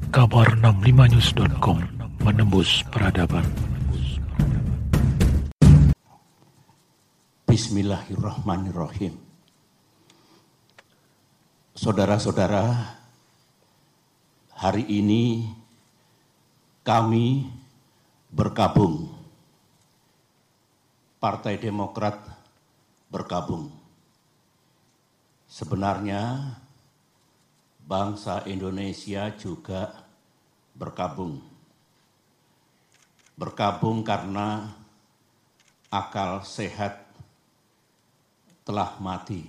Kabar 65news.com menembus peradaban. Bismillahirrahmanirrahim. Saudara-saudara, hari ini kami bergabung. Partai Demokrat bergabung. Sebenarnya bangsa Indonesia juga bergabung. Bergabung karena akal sehat telah mati.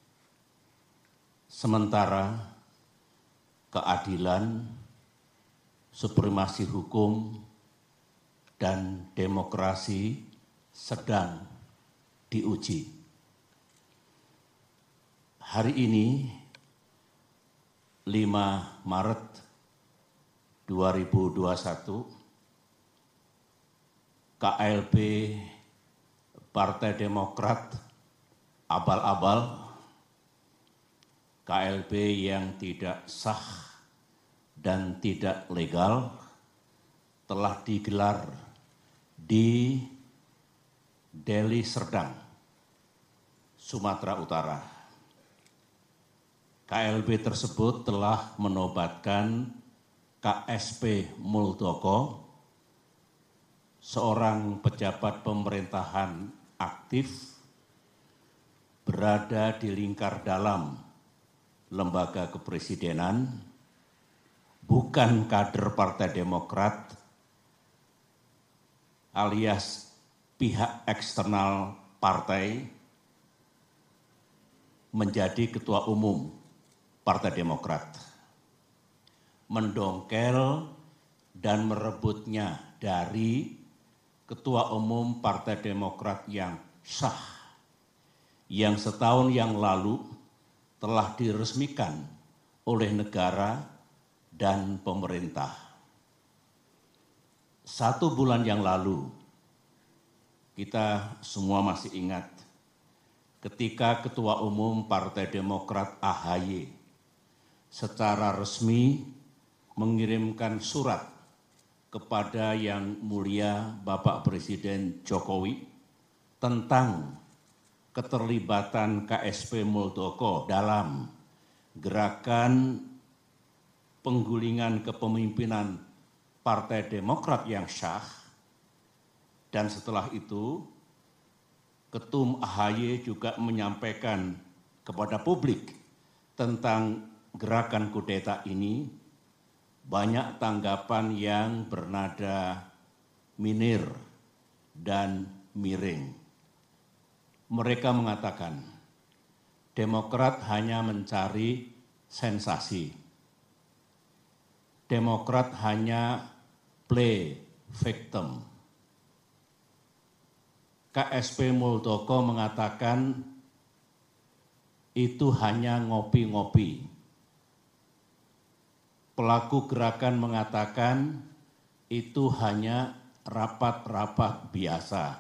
Sementara keadilan, supremasi hukum, dan demokrasi sedang diuji. Hari ini 5 Maret 2021, KLB Partai Demokrat abal-abal, KLB yang tidak sah dan tidak legal telah digelar di Deli Serdang, Sumatera Utara. KLB tersebut telah menobatkan KSP Muldoko, seorang pejabat pemerintahan aktif berada di lingkar dalam lembaga kepresidenan, bukan kader Partai Demokrat alias pihak eksternal partai, menjadi ketua umum Partai Demokrat, mendongkel dan merebutnya dari ketua umum Partai Demokrat yang sah, yang setahun yang lalu telah diresmikan oleh negara dan pemerintah. 1 bulan yang lalu, kita semua masih ingat ketika Ketua Umum Partai Demokrat AHY secara resmi mengirimkan surat kepada Yang Mulia Bapak Presiden Jokowi tentang keterlibatan KSP Muldoko dalam gerakan penggulingan kepemimpinan Partai Demokrat yang sah. Dan setelah itu, Ketum AHY juga menyampaikan kepada publik tentang gerakan kudeta ini. Banyak tanggapan yang bernada minir dan miring. Mereka mengatakan, Demokrat hanya mencari sensasi. Demokrat hanya play victim. KSP Muldoko mengatakan itu hanya ngopi-ngopi. Pelaku gerakan mengatakan itu hanya rapat-rapat biasa.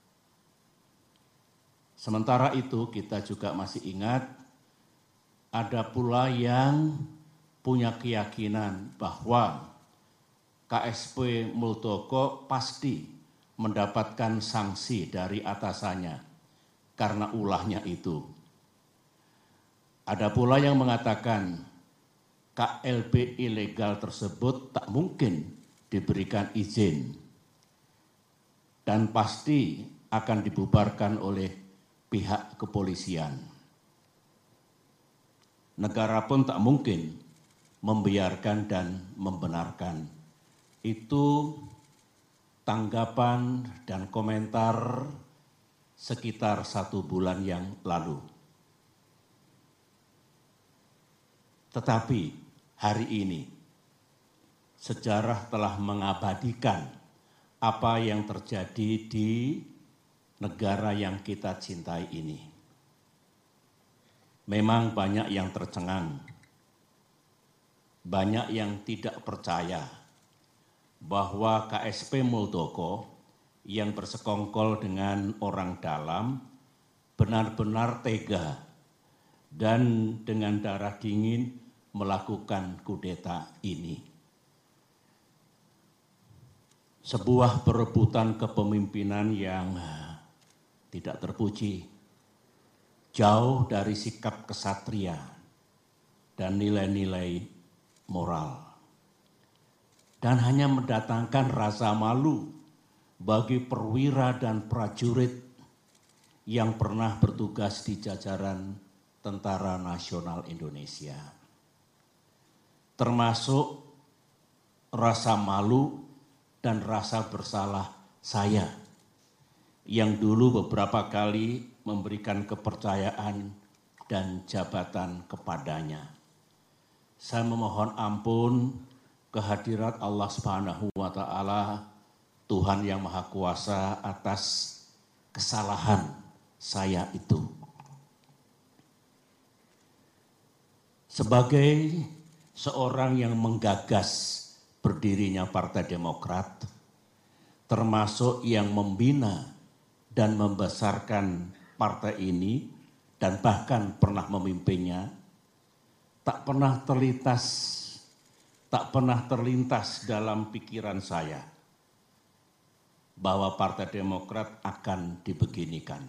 Sementara itu kita juga masih ingat ada pula yang punya keyakinan bahwa KSP Muldoko pasti mendapatkan sanksi dari atasannya karena ulahnya itu. Ada pula yang mengatakan KLB ilegal tersebut tak mungkin diberikan izin dan pasti akan dibubarkan oleh pihak kepolisian. Negara pun tak mungkin membiarkan dan membenarkan. Itu tanggapan dan komentar sekitar 1 bulan yang lalu. Tetapi hari ini sejarah telah mengabadikan apa yang terjadi di negara yang kita cintai ini. Memang banyak yang tercengang, banyak yang tidak percaya bahwa KSP Muldoko yang bersekongkol dengan orang dalam benar-benar tega dan dengan darah dingin melakukan kudeta ini. Sebuah perebutan kepemimpinan yang tidak terpuji, jauh dari sikap kesatria dan nilai-nilai moral, dan hanya mendatangkan rasa malu bagi perwira dan prajurit yang pernah bertugas di jajaran Tentara Nasional Indonesia. Termasuk rasa malu dan rasa bersalah saya yang dulu beberapa kali memberikan kepercayaan dan jabatan kepadanya. Saya memohon ampun kehadirat Allah Subhanahu wa Ta'ala, Tuhan yang Maha Kuasa, atas kesalahan saya itu. Sebagai seorang yang menggagas berdirinya Partai Demokrat, termasuk yang membina dan membesarkan partai ini dan bahkan pernah memimpinnya, tak pernah terlintas dalam pikiran saya bahwa Partai Demokrat akan dibeginikan.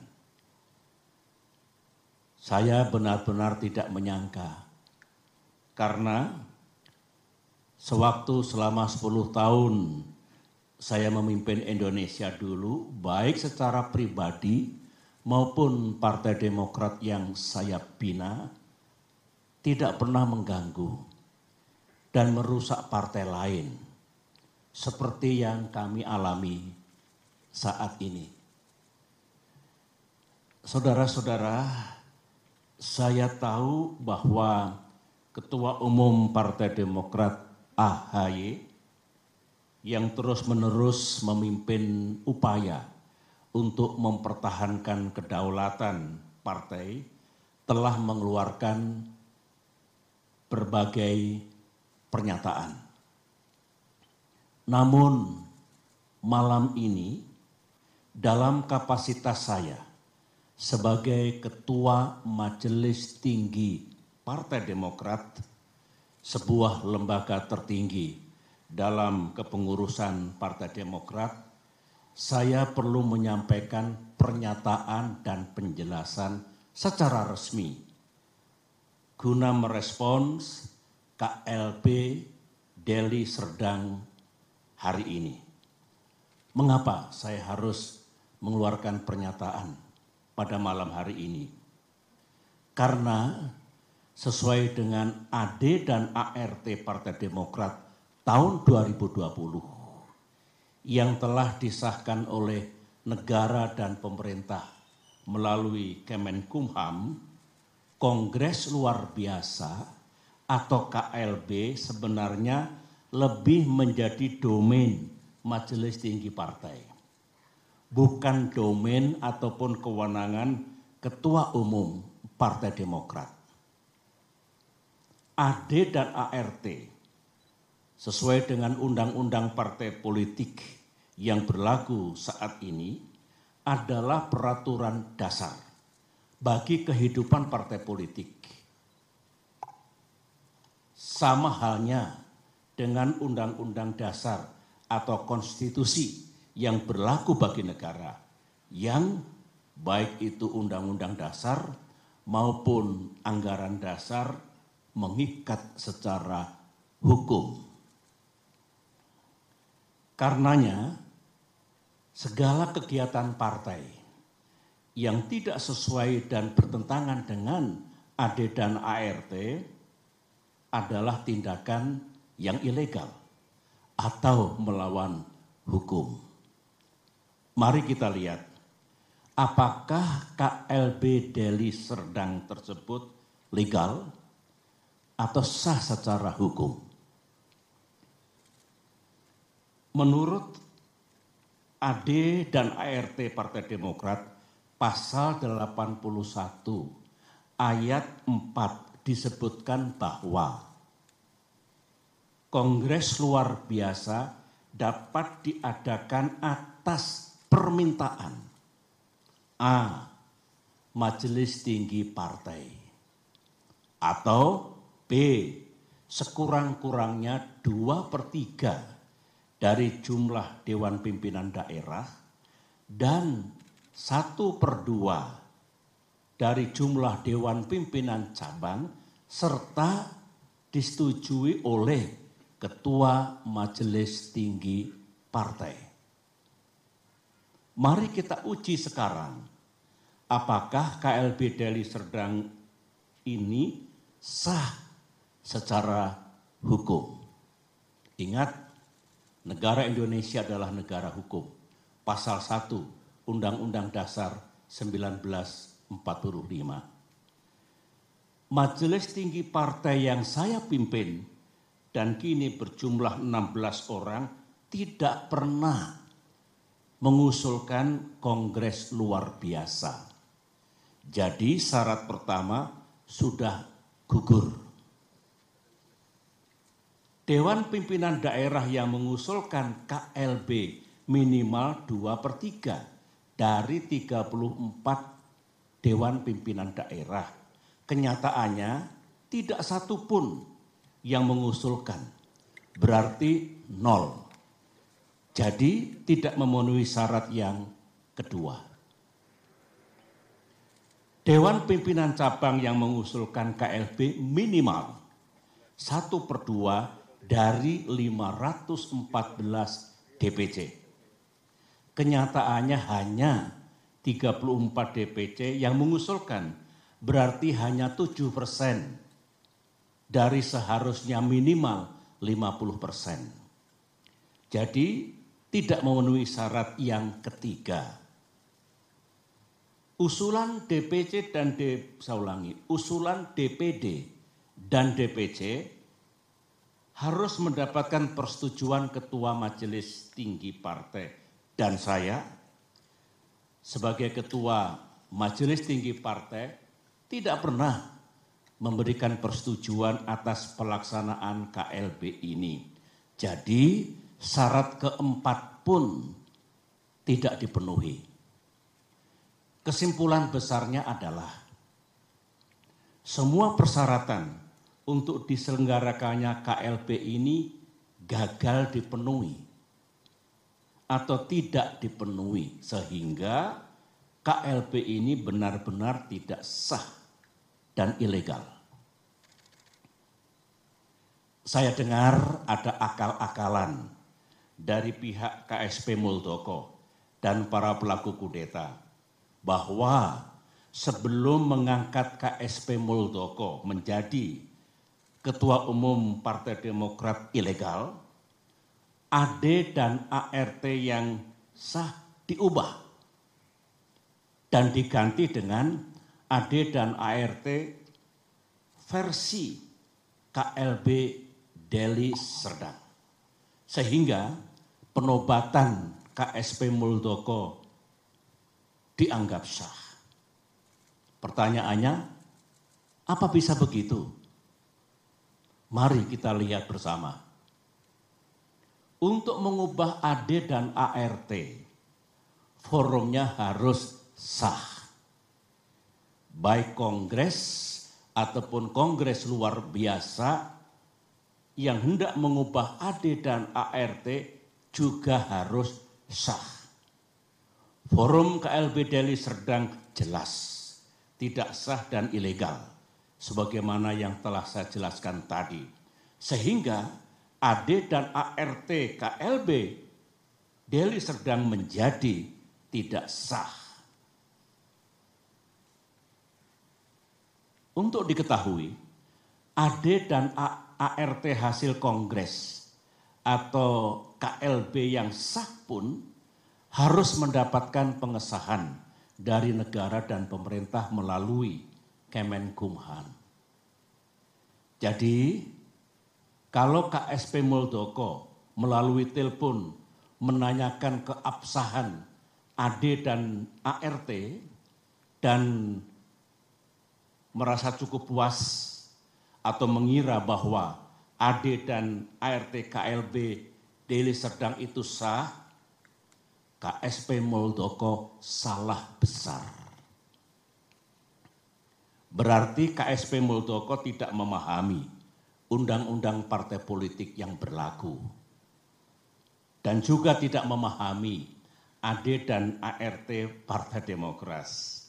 Saya benar-benar tidak menyangka, karena sewaktu selama 10 tahun saya memimpin Indonesia dulu, baik secara pribadi maupun Partai Demokrat yang saya bina, tidak pernah mengganggu dan merusak partai lain seperti yang kami alami saat ini. Saudara-saudara, saya tahu bahwa Ketua Umum Partai Demokrat AHY yang terus-menerus memimpin upaya untuk mempertahankan kedaulatan partai telah mengeluarkan berbagai pernyataan. Namun malam ini dalam kapasitas saya sebagai Ketua Majelis Tinggi Partai Demokrat, sebuah lembaga tertinggi dalam kepengurusan Partai Demokrat, saya perlu menyampaikan pernyataan dan penjelasan secara resmi guna merespons KLB Deli Serdang hari ini. Mengapa saya harus mengeluarkan pernyataan pada malam hari ini? Karena sesuai dengan AD dan ART Partai Demokrat tahun 2020 yang telah disahkan oleh negara dan pemerintah melalui Kemenkumham, Kongres Luar Biasa atau KLB sebenarnya lebih menjadi domain Majelis Tinggi Partai, bukan domain ataupun kewenangan Ketua Umum Partai Demokrat. AD dan ART sesuai dengan undang-undang partai politik yang berlaku saat ini adalah peraturan dasar bagi kehidupan partai politik. Sama halnya dengan undang-undang dasar atau konstitusi yang berlaku bagi negara, yang baik itu undang-undang dasar maupun anggaran dasar mengikat secara hukum. Karenanya, segala kegiatan partai yang tidak sesuai dan bertentangan dengan AD dan ART adalah tindakan yang ilegal atau melawan hukum. Mari kita lihat, apakah KLB Deli Serdang tersebut legal atau sah secara hukum? Menurut AD dan ART Partai Demokrat, pasal 81 ayat 4 disebutkan bahwa Kongres Luar Biasa dapat diadakan atas permintaan A. Majelis Tinggi Partai, atau B. sekurang-kurangnya 2/3 dari jumlah Dewan Pimpinan Daerah dan 1/2 dari jumlah Dewan Pimpinan Cabang serta disetujui oleh Ketua Majelis Tinggi Partai. Mari kita uji sekarang, apakah KLB Deli Serdang ini sah secara hukum. Ingat, negara Indonesia adalah negara hukum. Pasal 1 Undang-Undang Dasar 1945. Majelis Tinggi Partai yang saya pimpin dan kini berjumlah 16 orang tidak pernah mengusulkan kongres luar biasa. Jadi syarat pertama sudah gugur. Dewan Pimpinan Daerah yang mengusulkan KLB minimal 2/3 dari 34 Dewan Pimpinan Daerah. Kenyataannya tidak satu pun yang mengusulkan, berarti 0. Jadi tidak memenuhi syarat yang kedua. Dewan Pimpinan Cabang yang mengusulkan KLB minimal 1/2 dari 514 DPC. Kenyataannya hanya 34 DPC yang mengusulkan, berarti hanya 7% dari seharusnya minimal 50%. Jadi tidak memenuhi syarat yang ketiga. Usulan DPC dan usulan DPD dan DPC harus mendapatkan persetujuan Ketua Majelis Tinggi Partai. Dan saya sebagai Ketua Majelis Tinggi Partai tidak pernah memberikan persetujuan atas pelaksanaan KLB ini. Jadi syarat keempat pun tidak dipenuhi. Kesimpulan besarnya adalah semua persyaratan untuk diselenggarakannya KLB ini gagal dipenuhi atau tidak dipenuhi sehingga KLB ini benar-benar tidak sah dan ilegal. Saya dengar ada akal-akalan dari pihak KSP Muldoko dan para pelaku kudeta bahwa sebelum mengangkat KSP Muldoko menjadi Ketua Umum Partai Demokrat ilegal, AD dan ART yang sah diubah dan diganti dengan AD dan ART versi KLB Deli Serdang. Sehingga penobatan KSP Muldoko dianggap sah. Pertanyaannya, apa bisa begitu? Mari kita lihat bersama. Untuk mengubah AD dan ART, forumnya harus sah. Baik kongres ataupun kongres luar biasa yang hendak mengubah AD dan ART juga harus sah. Forum KLB Deli Serdang jelas tidak sah dan ilegal, sebagaimana yang telah saya jelaskan tadi. Sehingga AD dan ART KLB Deli Serdang menjadi tidak sah. Untuk diketahui, AD dan ART hasil kongres atau KLB yang sah pun harus mendapatkan pengesahan dari negara dan pemerintah melalui Kemenkumham. Jadi, kalau KSP Muldoko melalui telepon menanyakan keabsahan AD dan ART dan merasa cukup puas atau mengira bahwa AD dan ART KLB Deli Serdang itu sah, KSP Muldoko salah besar. Berarti KSP Muldoko tidak memahami undang-undang partai politik yang berlaku. dan juga tidak memahami AD dan ART Partai Demokrat.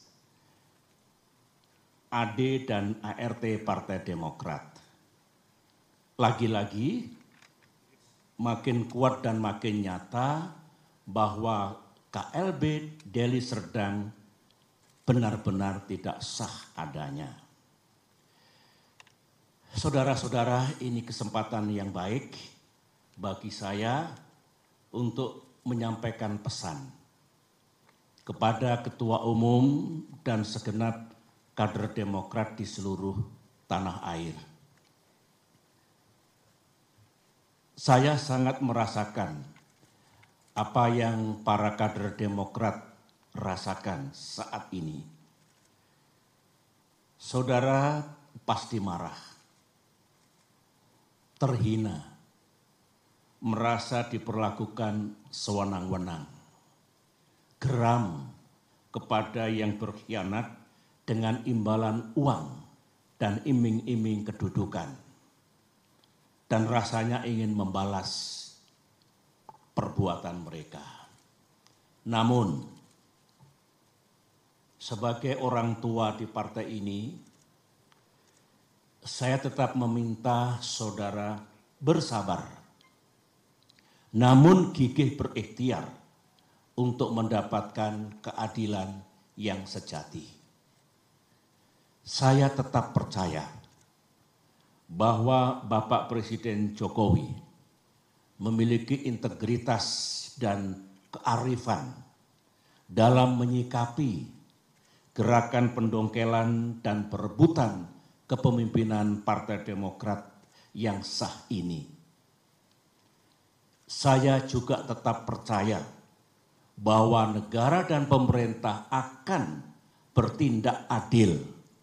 AD dan ART Partai Demokrat. Lagi-lagi makin kuat dan makin nyata bahwa KLB Deli Serdang benar-benar tidak sah adanya. Saudara-saudara, ini kesempatan yang baik bagi saya untuk menyampaikan pesan kepada Ketua Umum dan segenap kader Demokrat di seluruh tanah air. Saya sangat merasakan apa yang para kader Demokrat rasakan saat ini. Saudara pasti marah, terhina, merasa diperlakukan sewenang-wenang, geram kepada yang berkhianat dengan imbalan uang dan iming-iming kedudukan, dan rasanya ingin membalas perbuatan mereka. Namun, sebagai orang tua di partai ini, saya tetap meminta saudara bersabar, namun gigih berikhtiar untuk mendapatkan keadilan yang sejati. Saya tetap percaya bahwa Bapak Presiden Jokowi memiliki integritas dan kearifan dalam menyikapi gerakan pendongkelan dan perebutan kepemimpinan Partai Demokrat yang sah ini. Saya juga tetap percaya bahwa negara dan pemerintah akan bertindak adil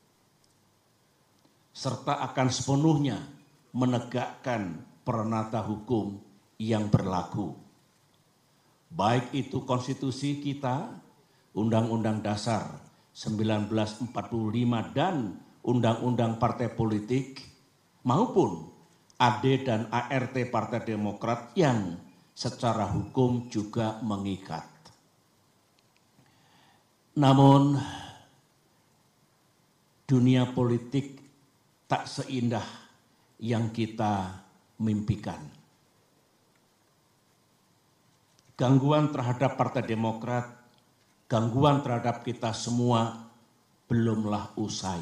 serta akan sepenuhnya menegakkan peranata hukum yang berlaku. Baik itu konstitusi kita, Undang-Undang Dasar 1945 dan Undang-Undang Partai Politik, maupun AD dan ART Partai Demokrat yang secara hukum juga mengikat. Namun, dunia politik tak seindah yang kita mimpikan. Gangguan terhadap Partai Demokrat, gangguan terhadap kita semua belumlah usai.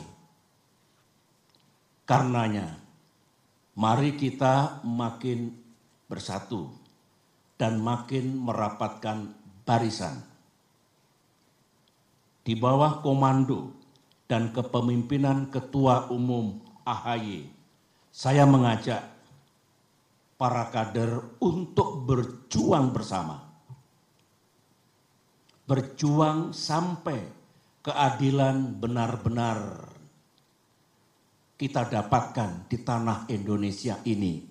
Karenanya, mari kita makin bersatu dan makin merapatkan barisan. Di bawah komando dan kepemimpinan Ketua Umum AHY, saya mengajak para kader untuk berjuang bersama. Berjuang sampai keadilan benar-benar kita dapatkan di tanah Indonesia ini.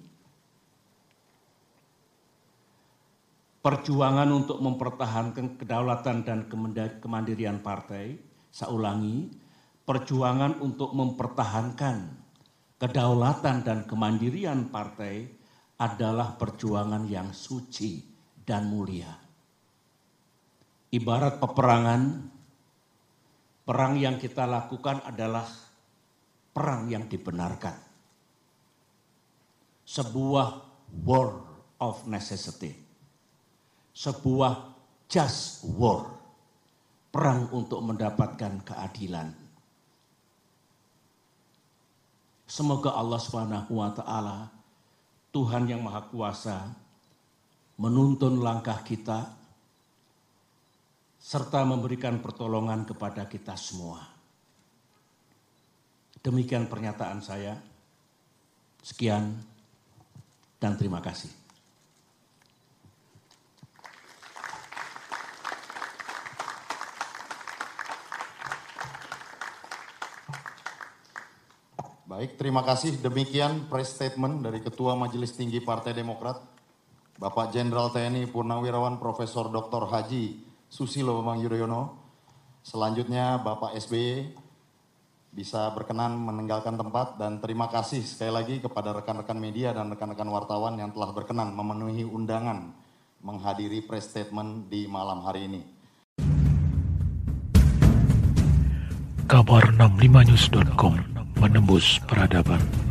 Perjuangan untuk mempertahankan kedaulatan dan kemandirian partai, saya ulangi, perjuangan untuk mempertahankan kedaulatan dan kemandirian partai adalah perjuangan yang suci dan mulia. Ibarat peperangan, perang yang kita lakukan adalah perang yang dibenarkan. Sebuah war of necessity. Sebuah just war. Perang untuk mendapatkan keadilan. Semoga Allah SWT, Tuhan yang Maha Kuasa, menuntun langkah kita serta memberikan pertolongan kepada kita semua. Demikian pernyataan saya. Sekian dan terima kasih. Baik, terima kasih. Demikian press statement dari Ketua Majelis Tinggi Partai Demokrat, Bapak Jenderal TNI Purnawirawan Profesor Dr. Haji Susilo Bambang Yudhoyono. Selanjutnya Bapak SBY bisa berkenan meninggalkan tempat, dan terima kasih sekali lagi kepada rekan-rekan media dan rekan-rekan wartawan yang telah berkenan memenuhi undangan menghadiri press statement di malam hari ini. Kabar 65news.com menembus peradaban.